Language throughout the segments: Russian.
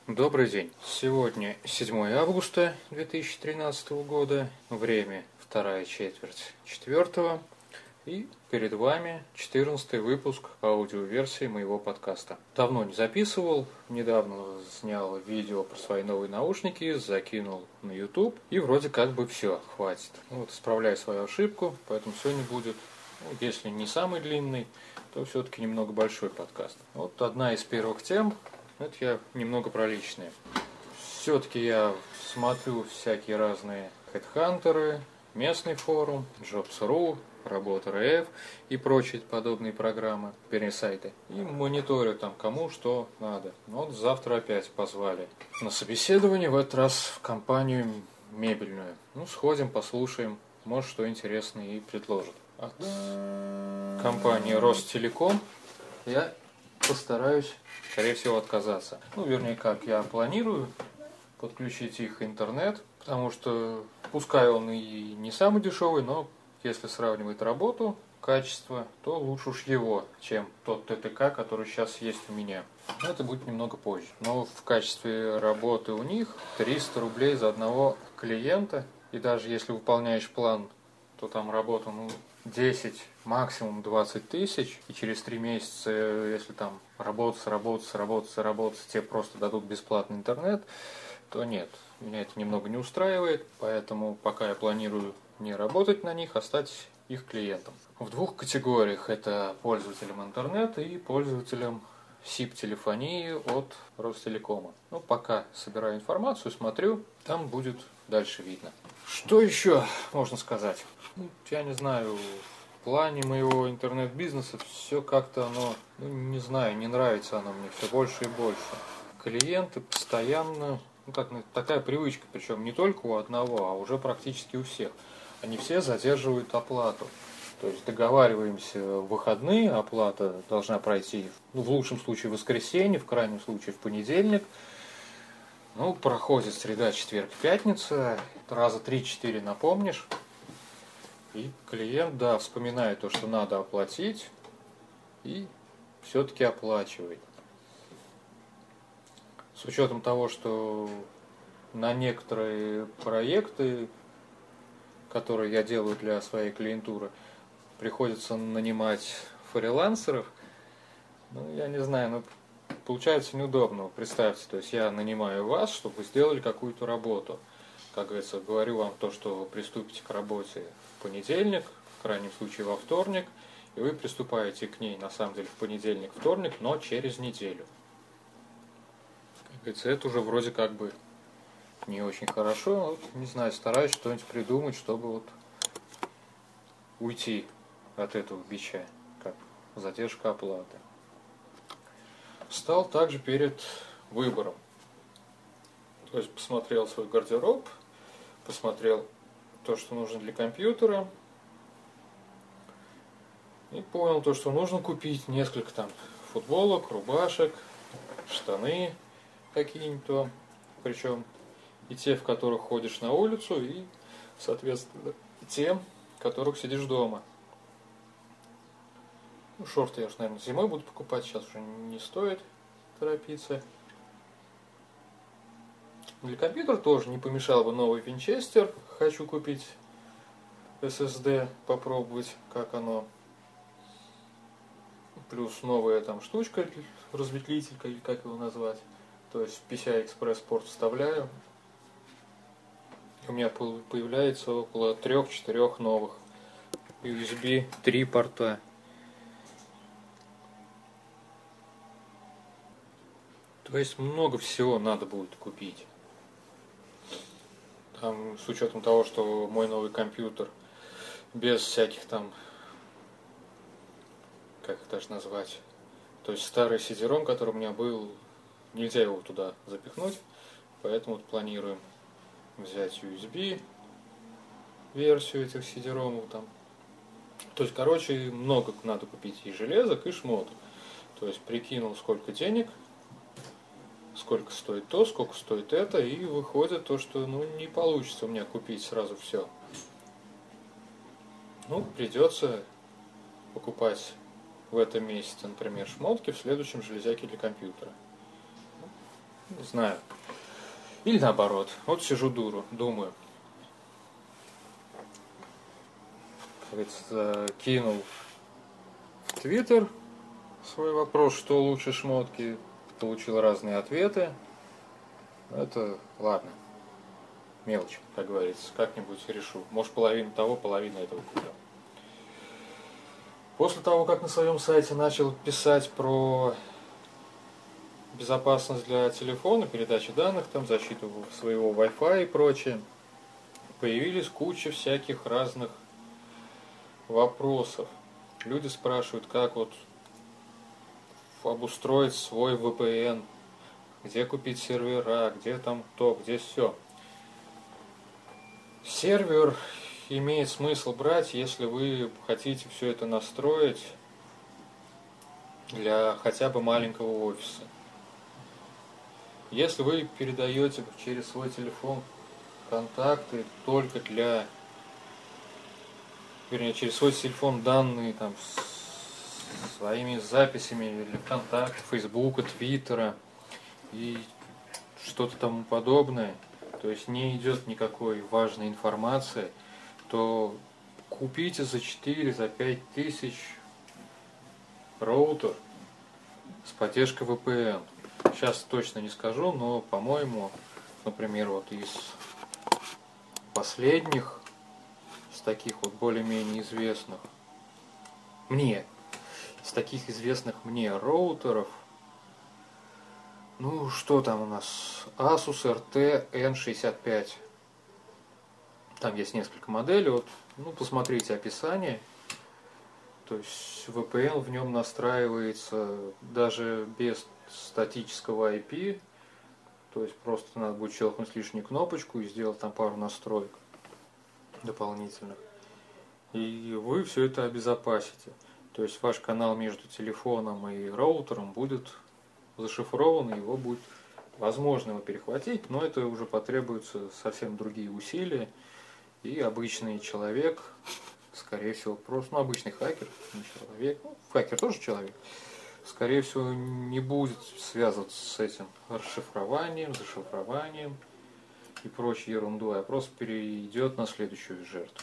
Добрый день. Сегодня 7 августа 2013 года, время вторая четверть четвертого, и перед вами 14 выпуск аудиоверсии моего подкаста. Давно не записывал, недавно снял видео про свои новые наушники, закинул на YouTube, и вроде как бы все, хватит. Исправляю свою ошибку, поэтому сегодня будет, если не самый длинный, то все-таки немного большой подкаст. Одна из первых тем. Это я немного про личное. Все-таки я смотрю всякие разные хедхантеры, местный форум, Jobs.ru, Работа.рф и прочие подобные программы, сайты. И мониторю там кому что надо. Завтра опять позвали на собеседование, в этот раз в компанию мебельную. Сходим, послушаем, может что интересное и предложат. От компании Ростелеком я постараюсь, скорее всего, отказаться. Вернее, как я планирую подключить их интернет, потому что, пускай он и не самый дешевый, но если сравнивать работу, качество, то лучше уж его, чем тот ТТК, который сейчас есть у меня. Это будет немного позже. Но в качестве работы у них 300 рублей за одного клиента, и даже если выполняешь план, то там работа, 10, максимум 20 тысяч, и через 3 месяца, если там работать, тебе просто дадут бесплатный интернет, то нет, меня это немного не устраивает, поэтому пока я планирую не работать на них, а стать их клиентом. В двух категориях: это пользователям интернета и пользователям СИП-телефонии от Ростелекома. Пока собираю информацию, смотрю, там будет дальше видно. Что еще можно сказать? Я не знаю, в плане моего интернет-бизнеса все как-то оно, не знаю, не нравится оно мне все больше и больше. Клиенты постоянно, такая привычка, причем не только у одного, а уже практически у всех. Они все задерживают оплату. То есть договариваемся в выходные, оплата должна пройти, в лучшем случае в воскресенье, в крайнем случае в понедельник. Проходит среда, четверг, пятница, раза 3-4 напомнишь, и клиент, вспоминает то, что надо оплатить, и все-таки оплачивает. С учетом того, что на некоторые проекты, которые я делаю для своей клиентуры, приходится нанимать фрилансеров, я не знаю, получается неудобно. Представьте, то есть я нанимаю вас, чтобы вы сделали какую-то работу. Как говорится, говорю вам то, что вы приступите к работе в понедельник, в крайнем случае во вторник, и вы приступаете к ней, на самом деле, в понедельник, вторник, но через неделю. Как говорится, это уже вроде как бы не очень хорошо. Не знаю, стараюсь что-нибудь придумать, чтобы уйти от этого бича, как задержка оплаты. Стал также перед выбором. То есть посмотрел свой гардероб, посмотрел то, что нужно для компьютера, и понял то, что нужно купить несколько там футболок, рубашек, штаны какие-нибудь, причем и те, в которых ходишь на улицу, и, соответственно, те, в которых сидишь дома. Шорты я уж, наверное, зимой буду покупать, сейчас уже не стоит торопиться. Для компьютера тоже не помешал бы новый Винчестер. Хочу купить SSD, попробовать, как оно. Плюс новая там штучка, разветвитель, или как его назвать. То есть в PCI-Express порт вставляю. У меня появляется около 3-4 новых USB 3 порта. То есть много всего надо будет купить. Там, с учетом того, что мой новый компьютер без всяких там, как их даже назвать, то есть старый CD-ROM, который у меня был, нельзя его туда запихнуть, поэтому планируем взять USB версию этих CD-ROM там. То есть, много надо купить и железок, и шмот. То есть прикинул, сколько денег, сколько стоит то, сколько стоит это, и выходит то, что не получится у меня купить сразу все. Придется покупать в этом месяце, например, шмотки, в следующем железяки для компьютера. Не знаю. Или наоборот. Вот сижу думаю. Как говорится, кинул в Твиттер свой вопрос, что лучше шмотки. Получил разные ответы. Это ладно. Мелочь, как говорится. Как-нибудь решу. Может, половину того, половину этого куплю. После того, как на своем сайте начал писать про безопасность для телефона, передачу данных, там, защиту своего Wi-Fi и прочее, появились куча всяких разных вопросов. Люди спрашивают, как вот обустроить свой VPN, где купить сервера, где там то, где все. Сервер имеет смысл брать, если вы хотите все это настроить для хотя бы маленького офиса. Если вы передаете через свой телефон контакты только через свой телефон данные там с своими записями для контактов, Фейсбука, Твиттера и что-то тому подобное, то есть не идет никакой важной информации, то купите за 4-5 тысяч роутер с поддержкой VPN. Сейчас точно не скажу, но, по-моему, например, вот из последних, с таких вот более-менее известных из таких известных мне роутеров, ну, что там у нас? Asus RT N65. Там есть несколько моделей. Вот, ну, посмотрите описание. То есть VPN в нем настраивается даже без статического IP. То есть просто надо будет щелкнуть лишнюю кнопочку и сделать там пару настроек дополнительных. И вы все это обезопасите. То есть ваш канал между телефоном и роутером будет зашифрован, и его будет возможно его перехватить, но это уже потребуются совсем другие усилия. И обычный человек, скорее всего, просто, ну, обычный хакер, не человек, ну, хакер тоже человек, скорее всего, не будет связываться с этим расшифрованием, зашифрованием и прочей ерундой, а просто перейдет на следующую жертву.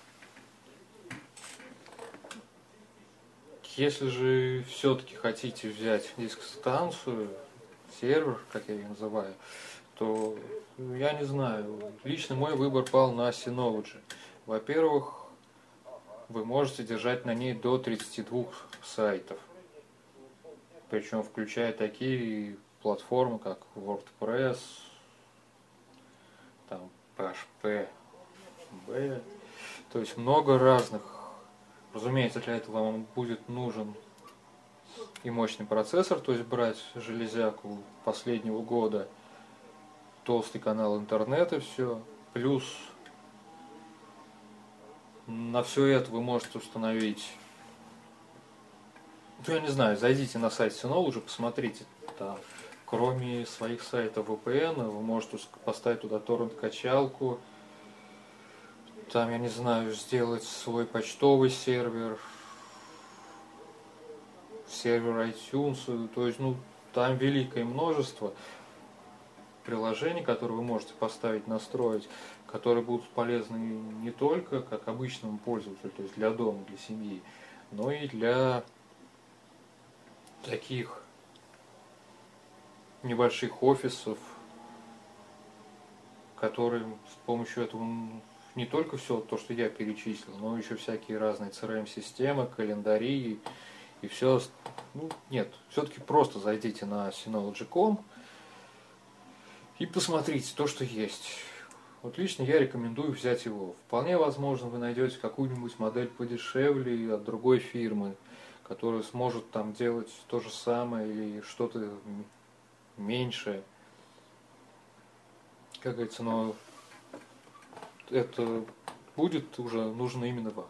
Если же все-таки хотите взять диск-станцию, сервер, как я ее называю, то я не знаю, лично мой выбор пал на Synology. Во-первых, вы можете держать на ней до 32 сайтов, причем включая такие платформы, как WordPress, там PHP, то есть много разных. Разумеется, для этого вам будет нужен и мощный процессор, то есть брать железяку последнего года, толстый канал интернета, все. Плюс на все это вы можете установить, ну, я не знаю, зайдите на сайт Synology, посмотрите, там, кроме своих сайтов VPN, вы можете поставить туда торрент-качалку, там, я не знаю, сделать свой почтовый сервер iTunes, то есть, ну, там великое множество приложений, которые вы можете поставить, настроить, которые будут полезны не только как обычному пользователю, то есть для дома, для семьи, но и для таких небольших офисов, которые с помощью этого не только все то, что я перечислил, но еще всякие разные CRM-системы, календари и все. Ну, нет, все-таки просто зайдите на Synology.com и посмотрите то, что есть. Вот лично я рекомендую взять его. Вполне возможно, вы найдете какую-нибудь модель подешевле от другой фирмы, которая сможет там делать то же самое или что-то меньшее. Как говорится, но это будет уже нужно именно вам.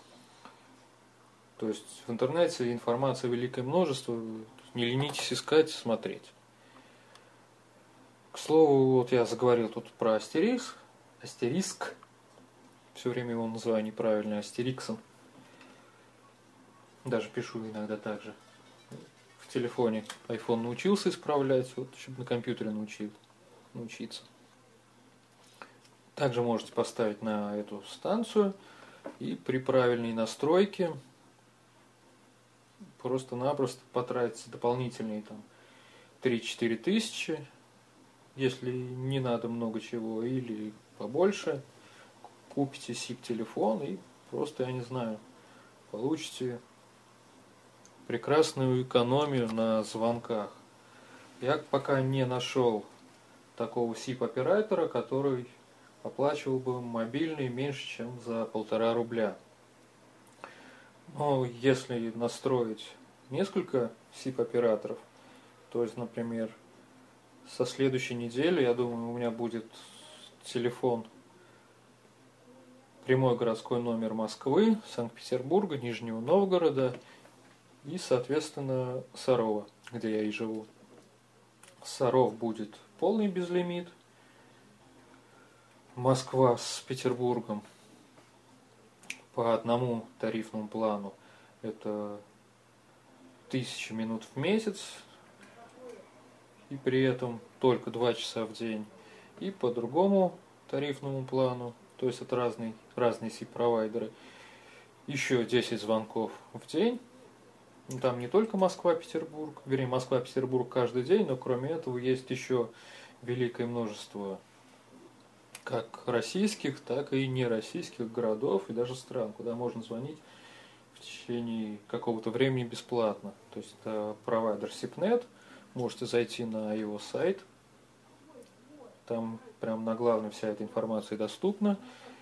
То есть в интернете информации великое множество, не ленитесь искать, смотреть. К слову, вот я заговорил тут про астериск. Все время его называю неправильно астериксом. Даже пишу иногда так же. в телефоне iPhone научился исправлять, вот, чтобы на компьютере научиться. Также можете поставить на эту станцию, и при правильной настройке просто-напросто потратится дополнительные там 3-4 тысячи, если не надо много чего, или побольше. Купите SIP-телефон и просто, я не знаю, получите прекрасную экономию на звонках. Я пока не нашел такого SIP-оператора, который оплачивал бы мобильный меньше, чем за 1,5 рубля. Но если настроить несколько SIP-операторов, то есть, например, со следующей недели, я думаю, у меня будет телефон прямой городской номер Москвы, Санкт-Петербурга, Нижнего Новгорода и, соответственно, Сарова, где я и живу. Саров будет полный безлимит. Москва с Петербургом по одному тарифному плану это 1000 минут в месяц, и при этом только 2 часа в день. И по другому тарифному плану, то есть это разные SIP-провайдеры, еще 10 звонков в день. Там не только Москва-Петербург, вернее Москва-Петербург каждый день, но кроме этого есть еще великое множество как российских, так и нероссийских городов и даже стран, куда можно звонить в течение какого-то времени бесплатно. То есть это провайдер SIP.net, можете зайти на его сайт, там прям на главной вся эта информация доступна.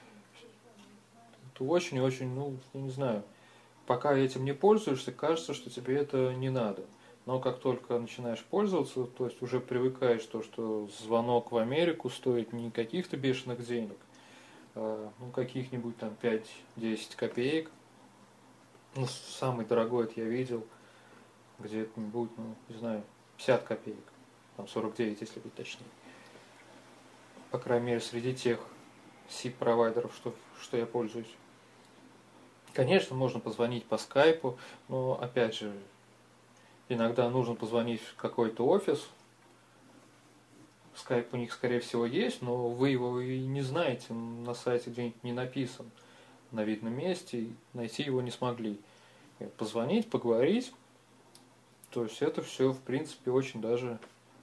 Это очень-очень, я не знаю, пока этим не пользуешься, кажется, что тебе это не надо. Но как только начинаешь пользоваться, то есть уже привыкаешь то, что звонок в Америку стоит не каких-то бешеных денег, а каких-нибудь там 5-10 копеек. Самый дорогой это я видел где-нибудь, не знаю, 50 копеек, там 49, если быть точнее. По крайней мере, среди тех SIP-провайдеров, что я пользуюсь. Конечно, можно позвонить по скайпу, но, опять же, иногда нужно позвонить в какой-то офис. Скайп у них, скорее всего, есть, но вы его и не знаете, на сайте где-нибудь не написан на видном месте, и найти его не смогли. Позвонить, поговорить, то есть это все, в принципе, очень даже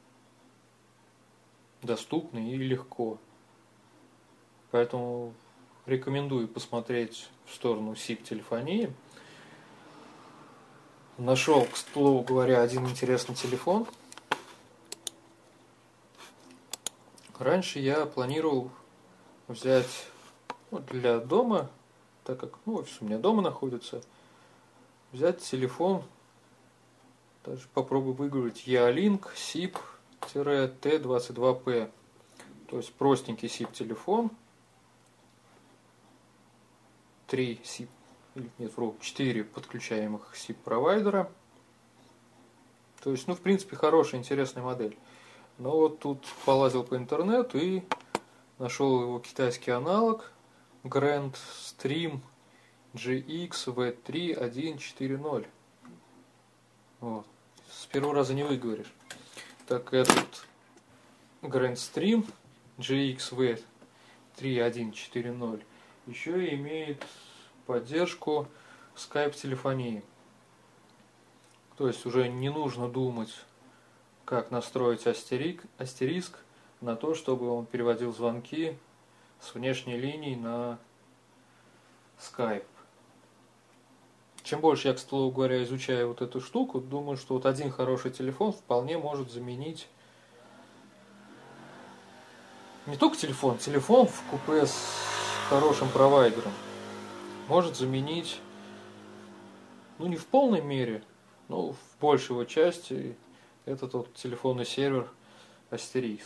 доступно и легко. Поэтому рекомендую посмотреть в сторону SIP-телефонии. Нашел, к слову говоря, один интересный телефон. Раньше я планировал взять для дома, так как офис у меня дома находится, взять телефон, даже попробую выиграть Yealink SIP-T22P. То есть простенький SIP-телефон, 4 подключаемых SIP-провайдера. То есть, в принципе, хорошая, интересная модель. Но вот тут полазил по интернету и нашел его китайский аналог Grand Stream GX V3 1.4.0. Вот. С первого раза не выговоришь. Так этот Grand Stream GX V3 1.4.0 еще и имеет поддержку Skype-телефонии. То есть уже не нужно думать, как настроить астериск на то, чтобы он переводил звонки с внешней линии на Skype. Чем больше я, к слову говоря, изучаю вот эту штуку, думаю, что вот один хороший телефон вполне может заменить не только телефон в купе с хорошим провайдером может заменить, не в полной мере, но в большей его части этот вот телефонный сервер Астериск.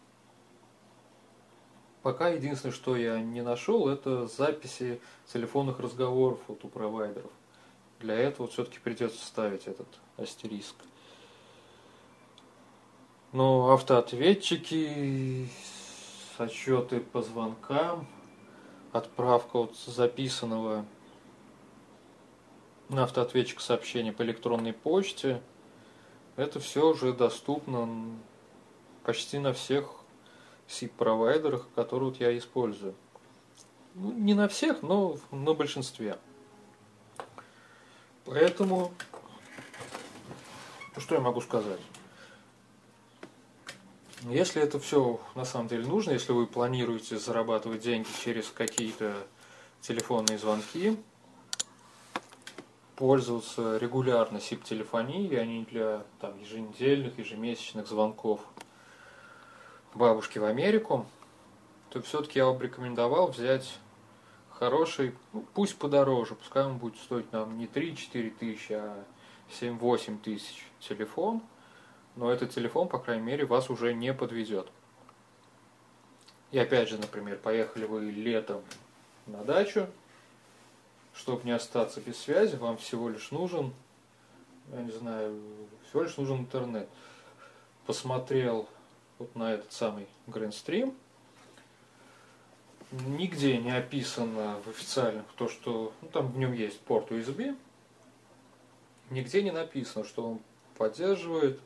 Пока единственное, что я не нашел, это записи телефонных разговоров у провайдеров. Для этого все-таки придется ставить этот Астериск. Но автоответчики, отчеты по звонкам, отправка записанного на автоответчик сообщения по электронной почте, это все уже доступно почти на всех SIP-провайдерах, которые вот я использую. Ну, не на всех, но на большинстве. Поэтому, что я могу сказать? Если это все на самом деле нужно, если вы планируете зарабатывать деньги через какие-то телефонные звонки, пользоваться регулярно SIP-телефонией, а не для там, еженедельных, ежемесячных звонков бабушки в Америку, то все-таки я бы рекомендовал взять хороший, ну, пусть подороже, пускай он будет стоить нам не 3-4 тысячи, а 7-8 тысяч телефон, но этот телефон, по крайней мере, вас уже не подведет. И опять же, например, поехали вы летом на дачу, чтобы не остаться без связи, вам всего лишь нужен, я не знаю, всего лишь нужен интернет. Посмотрел вот на этот самый Grandstream, нигде не описано в официальных то, что там в нем есть порт USB, нигде не написано, что он поддерживает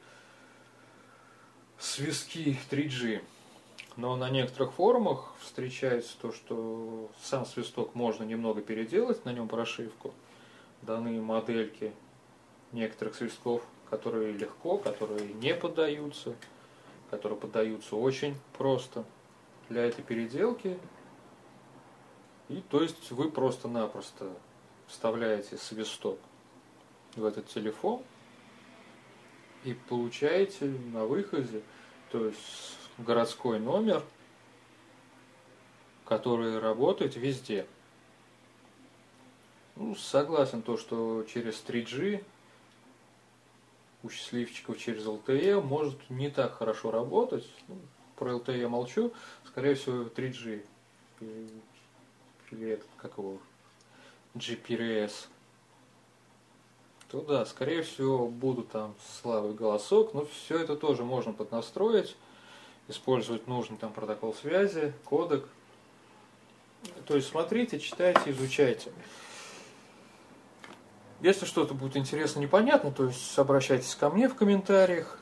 свистки 3G. Но на некоторых форумах встречается то, что сам свисток можно немного переделать, на нем прошивку. Даны модельки некоторых свистков, которые легко, которые не поддаются, которые поддаются очень просто для этой переделки. И то есть вы просто-напросто вставляете свисток в этот телефон и получаете на выходе, то есть городской номер, который работает везде. Ну, согласен то, что через 3G у счастливчиков через LTE может не так хорошо работать. Ну, про LTE я молчу, скорее всего 3G. Или как его, GPRS, то да, скорее всего будут там слабый голосок, но все это тоже можно поднастроить, использовать нужный там протокол связи, кодек. То есть смотрите, читайте, изучайте. Если что-то будет интересно, непонятно, то есть обращайтесь ко мне в комментариях.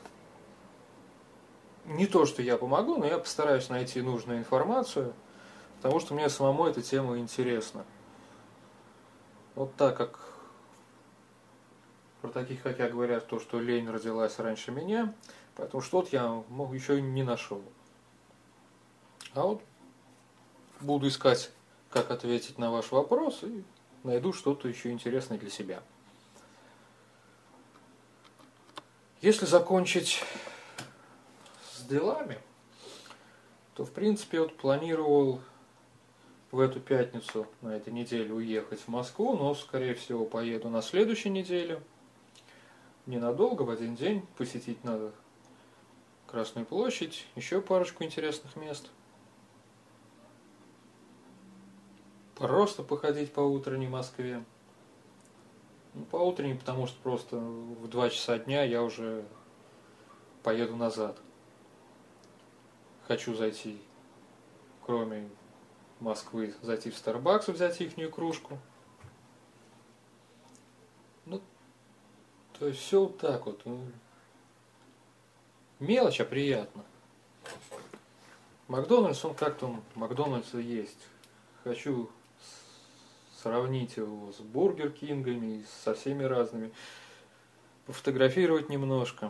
Не то, что я помогу, но я постараюсь найти нужную информацию, потому что мне самому эта тема интересна. Вот так как про таких, как я, говорят, то, что лень родилась раньше меня, поэтому что-то я еще не нашел. А вот буду искать, как ответить на ваш вопрос, и найду что-то еще интересное для себя. Если закончить с делами, то, в принципе, вот планировал в эту пятницу, на этой неделе, уехать в Москву, но, скорее всего, поеду на следующей неделе. Ненадолго, в один день, посетить надо Красную площадь, еще парочку интересных мест. Просто походить по утренней Москве. Ну, по утренней, потому что просто в 2 часа дня я уже поеду назад. Хочу зайти, кроме Москвы, зайти в Starbucks, взять ихнюю кружку. Ну, то есть все вот так вот. Мелочь, а приятно. Макдональдс, он как-то, Макдональдс и есть. Хочу сравнить его с Бургер Кингами, со всеми разными. Пофотографировать немножко.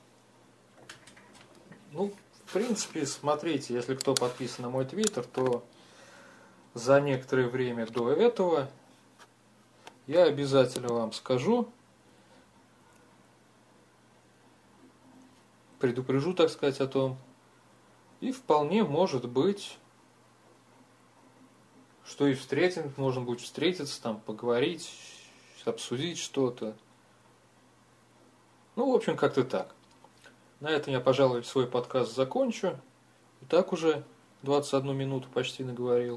Ну, в принципе, смотрите, если кто подписан на мой твиттер, то за некоторое время до этого я обязательно вам скажу, предупрежу, так сказать, о том, и вполне может быть, что и встретим, можно будет встретиться, там, поговорить, обсудить что-то. Ну, в общем, как-то так. На этом я, пожалуй, свой подкаст закончу. И так уже 21 минуту почти наговорил.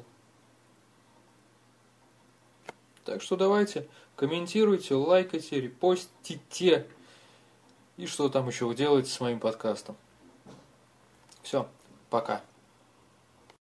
Так что давайте, комментируйте, лайкайте, репостите. И что там еще вы делаете с моим подкастом. Все, пока.